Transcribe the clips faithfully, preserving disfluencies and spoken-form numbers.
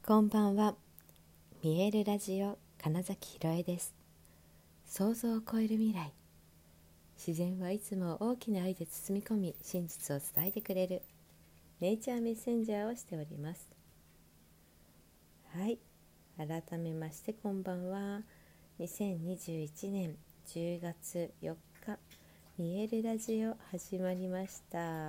こんばんは。見えるラジオ金崎ひろえです。想像を超える未来。自然はいつも大きな愛で包み込み、真実を伝えてくれるネイチャーメッセンジャーをしております。はい、改めましてこんばんは。にせんにじゅういちねんじゅうがつよっか、見えるラジオ始まりました。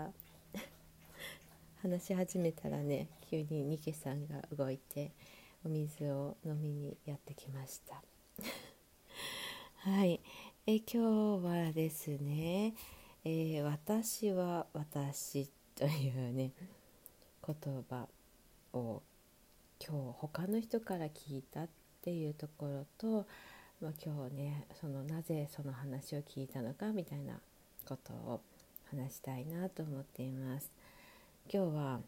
話し始めたらね、急にニケさんが動いてお水を飲みにやってきましたはい、え今日はですね、えー私は私というね言葉を今日他の人から聞いたっていうところと、まあ、今日ねそのなぜその話を聞いたのかみたいなことを話したいなと思っています。今日は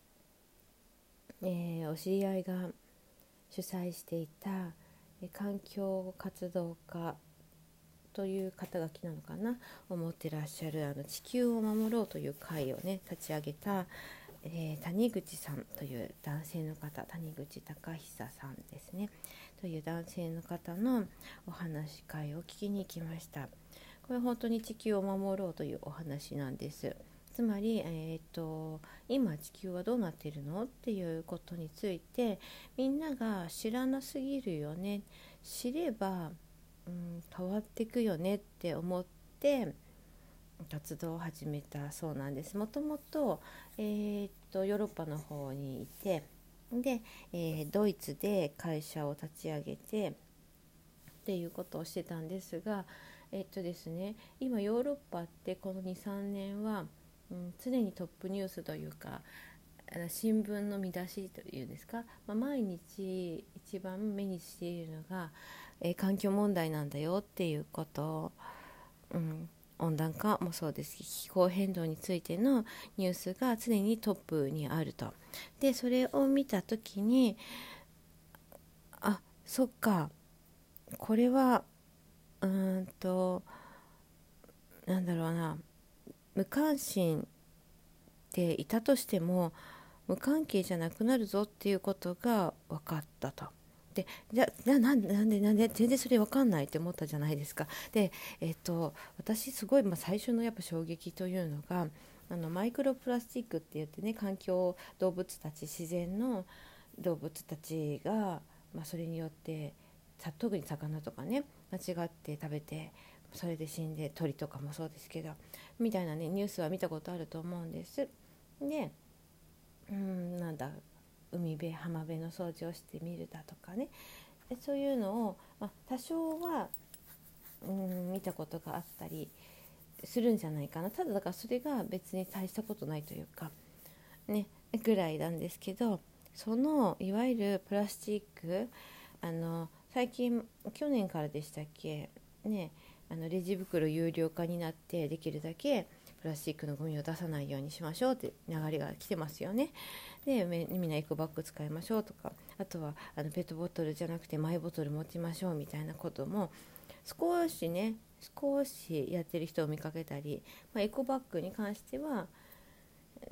えーお知り合いが主催していた、えー環境活動家という肩書きなのかな、思ってらっしゃるあの地球を守ろうという会をね立ち上げた、えー谷口さんという男性の方、谷口隆久さんですねという男性の方のお話し会を聞きに行きました。これ本当に地球を守ろうというお話なんです。つまり、えー、と今地球はどうなっているのっていうことについてみんなが知らなすぎるよね、知れば、うん、変わっていくよねって思って活動を始めたそうなんです。もともと、えー、とヨーロッパの方にいてで、えードイツで会社を立ち上げてっていうことをしてたんですが、えっとですね、今ヨーロッパってこの にさんねんは、うん、常にトップニュースというか新聞の見出しというんですか、まあ、毎日一番目にしているのが、えー環境問題なんだよっていうことを、うん、温暖化もそうですし気候変動についてのニュースが常にトップにあると。でそれを見た時にあそっか、これはうーんとなんだろうな、無関心でいたとしても無関係じゃなくなるぞっていうことが分かったと。でじゃあなんでなんでなんで全然それ分かんないって思ったじゃないですか。で、えっと、私すごい、まあ、最初のやっぱ衝撃というのがあのマイクロプラスチックって言ってね、環境動物たち自然の動物たちが、まあ、それによって特に魚とかね間違って食べてそれで死んで、鳥とかもそうですけどみたいなねニュースは見たことあると思うんです。でうーんなんだ海辺浜辺の掃除をしてみるだとかね、そういうのを、まあ、多少はうーん見たことがあったりするんじゃないかな。ただだからそれが別に大したことないというかねぐらいなんですけど、そのいわゆるプラスチック、あの最近去年からでしたっけね、あのレジ袋有料化になってできるだけプラスチックのゴミを出さないようにしましょうって流れが来てますよね。でみんなエコバッグ使いましょうとか、あとはあのペットボトルじゃなくてマイボトル持ちましょうみたいなことも少しね少しやってる人を見かけたり、まあ、エコバッグに関しては、うん、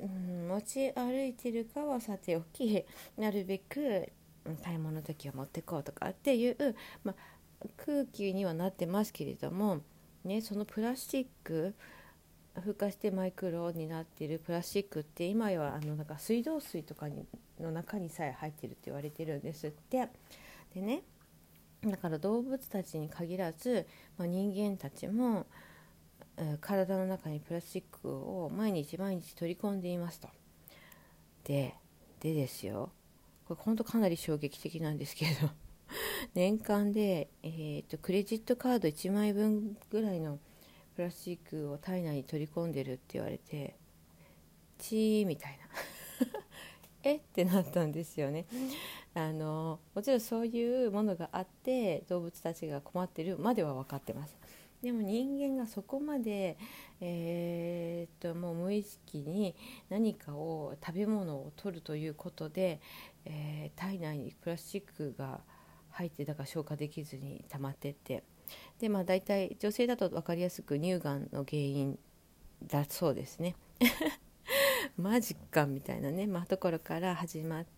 持ち歩いてるかはさておき、なるべく買い物の時は持ってこうとかっていう、まあ、空気にはなってますけれども、ね、そのプラスチック風化してマイクロになっているプラスチックって今はあのなんか水道水とかにの中にさえ入ってるって言われてるんですって。でね、だから動物たちに限らず、まあ、人間たちも、えー体の中にプラスチックを毎日毎日取り込んでいますと。で、でですよ、これ本当かなり衝撃的なんですけど年間で、えーと、クレジットカードいちまいぶんぐらいのプラスチックを体内に取り込んでるって言われて、チーみたいなえってなったんですよね。あのもちろんそういうものがあって動物たちが困ってるまでは分かってます。でも人間がそこまで、えー、っともう無意識に何かを食べ物を取るということで、えー体内にプラスチックが入ってだから消化できずに溜まってって、でまあ大体女性だと分かりやすく乳がんの原因だそうですねマジかみたいなね、まあ、ところから始まっ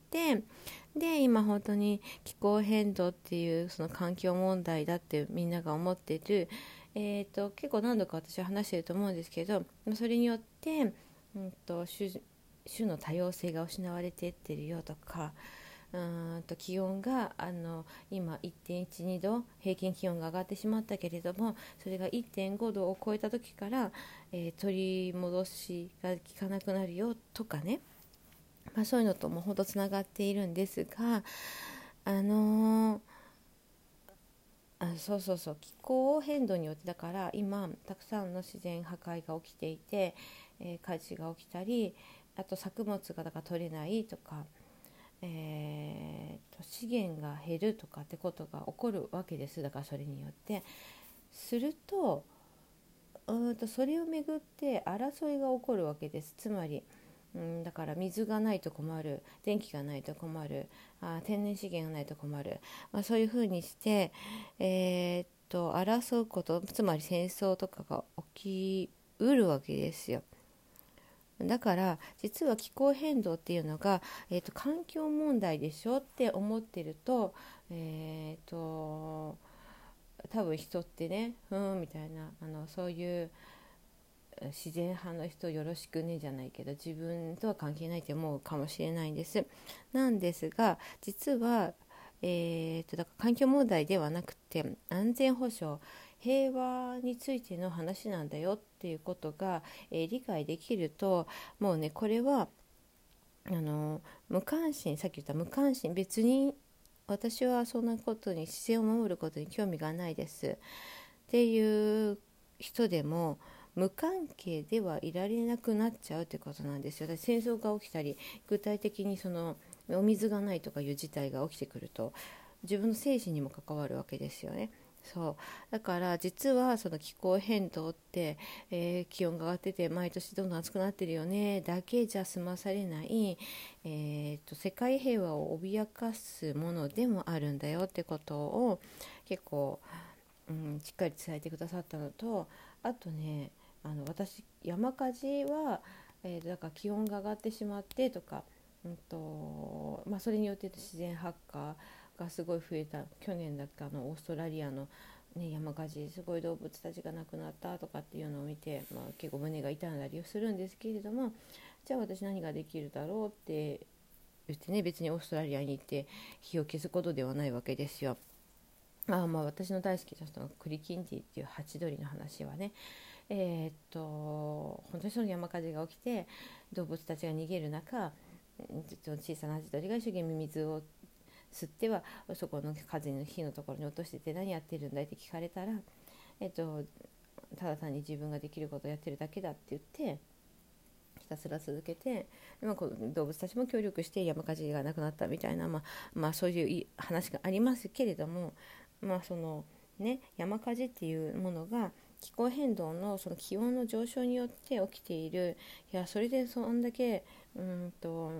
て、で今本当に気候変動っていうその環境問題だってみんなが思ってる、えー、と結構何度か私は話してると思うんですけど、それによって、うんと、種、種の多様性が失われていってるよとか、うーんと気温があの今 いってんいちに 度平均気温が上がってしまったけれども、それが いってんご 度を超えた時から、えー、取り戻しが効かなくなるよとかね、まあ、そういうのともほどつながっているんですが、あのー、あそうそうそう気候変動によってだから今たくさんの自然破壊が起きていて、えー、火事が起きたり、あと作物がだから取れないとか、えー、と資源が減るとかってことが起こるわけです。だからそれによってすると、うーんとそれをめぐって争いが起こるわけです。つまり、うん、だから水がないと困る、電気がないと困る、あ天然資源がないと困る、まあ、そういうふうにして、えー、っと争うこと、つまり戦争とかが起きうるわけですよ。だから実は気候変動っていうのが、えー、と環境問題でしょって思ってると、えー、と多分人ってね、うんみたいな、あのそういう自然派の人よろしくねじゃないけど、自分とは関係ないと思うかもしれないんです。なんですが実は、えー、とだから環境問題ではなくて安全保障、平和についての話なんだよっていうことが、えー理解できると、もうねこれはあの無関心、さっき言った無関心、別に私はそんなことに、自然を守ることに興味がないですっていう人でも無関係ではいられなくなっちゃうってことなんですよ。だから戦争が起きたり、具体的にそのお水がないとかいう事態が起きてくると自分の生死にも関わるわけですよね。そうだから実はその気候変動って、えー気温が上がってて毎年どんどん暑くなってるよねだけじゃ済まされない、えーと世界平和を脅かすものでもあるんだよってことを結構、うん、しっかり伝えてくださったのと、あとね、あの私山火事は、えー、だから気温が上がってしまってとか、うんとまあ、それによって自然発火がすごい増えた、去年だっけ、あのオーストラリアの、ね、山火事、すごい動物たちが亡くなったとかっていうのを見て、まあ、結構胸が痛んだりするんですけれども、じゃあ私何ができるだろうって言ってね、別にオーストラリアに行って火を消すことではないわけですよ。あまあ私の大好きな人のクリキンティっていうハチドリの話はね、えーっと本当にその山火事が起きて動物たちが逃げる中、小さなハチドリが一生懸命水を吸ってはそこの火の火のところに落としてて、何やってるんだいって聞かれたら、えっと、ただ単に自分ができることをやってるだけだって言ってひたすら続けて、まあ、こう動物たちも協力して山火事がなくなったみたいな、まあ、まあそういう話がありますけれども、まあそのね、山火事っていうものが気候変動のその気温の上昇によって起きている。いやそれでそんだけうんと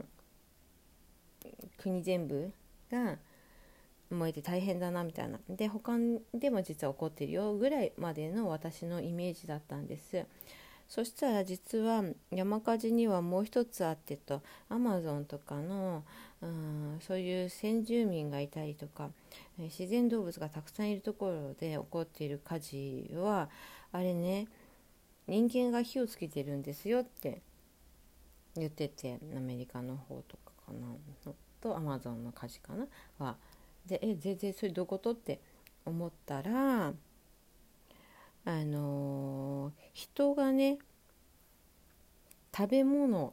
国全部が燃えて大変だなみたいな、で他でも実は起こってるよぐらいまでの私のイメージだったんです。そしたら実は山火事にはもう一つあってと、アマゾンとかのうんそういう先住民がいたりとか、自然動物がたくさんいるところで起こっている火事はあれね、人間が火をつけてるんですよって言ってて、アメリカの方とかかなとアマゾンの火事かなはで、え全然それどういうことって思ったら、あのー人がね食べ物、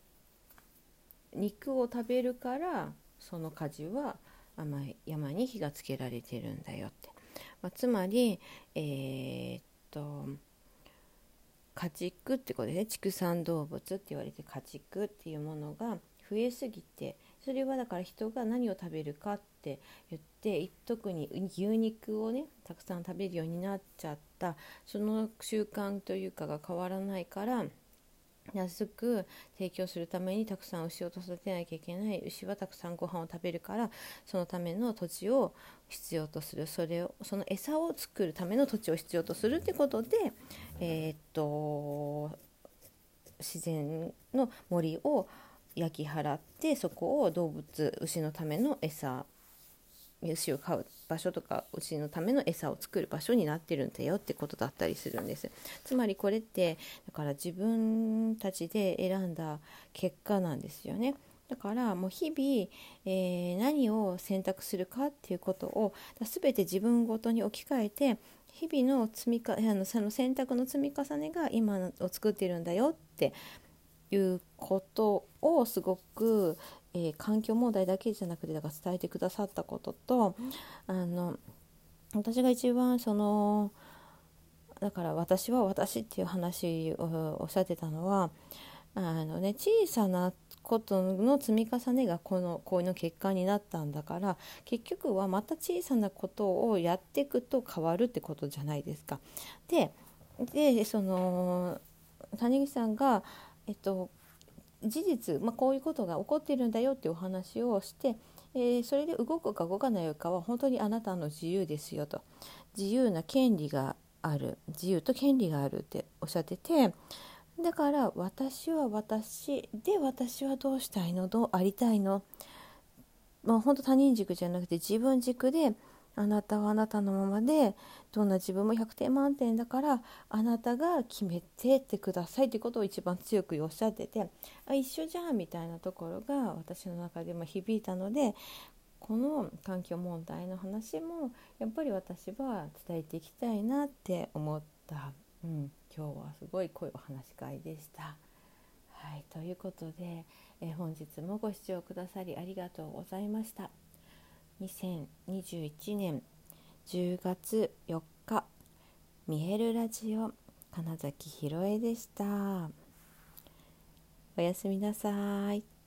肉を食べるからその火事は山に火がつけられてるんだよって、まあ、つまりえー、っと家畜ってことでね、畜産動物って言われて家畜っていうものが増えすぎて、それはだから人が何を食べるかって言って、特に牛肉をねたくさん食べるようになっちゃった、その習慣というかが変わらないから、安く提供するためにたくさん牛を育てなきゃいけない。牛はたくさんご飯を食べるから、そのための土地を必要とする、それをその餌を作るための土地を必要とするってことで、えー、っと自然の森を焼き払って、そこを動物牛のための餌、牛を飼う場所とか牛のための餌を作る場所になってるんだよってことだったりするんです。つまりこれってだから自分たちで選んだ結果なんですよね。だからもう日々、えー、何を選択するかっていうことを全て自分ごとに置き換えて、日々の積みかあのその選択の積み重ねが今を作ってるんだよっていうことをすごく、えー、環境問題だけじゃなくてだから伝えてくださったことと、あの私が一番そのだから私は私っていう話をおっしゃってたのは、あのね、小さなことの積み重ねがこのこういうの結果になったんだから、結局はまた小さなことをやっていくと変わるってことじゃないですか。で、でその谷口さんが、えっと、事実、まあ、こういうことが起こっているんだよっていうお話をして、えー、それで動くか動かないかは本当にあなたの自由ですよと、自由な権利がある、自由と権利があるっておっしゃってて、だから私は私で、私はどうしたいの、どうありたいの、まあ、本当他人軸じゃなくて自分軸で、あなたはあなたのままで、どんな自分もひゃくてん満点だからあなたが決めてってくださいということを一番強くおっしゃってて、あ一緒じゃんみたいなところが私の中でも響いたので、この環境問題の話もやっぱり私は伝えていきたいなって思った、うん、今日はすごい濃いお話し会でした。はい、ということで、えー、本日もご視聴くださりありがとうございました。にせんにじゅういちねんじゅうがつよっか、見えるラジオ金崎ひろえでした。おやすみなさい。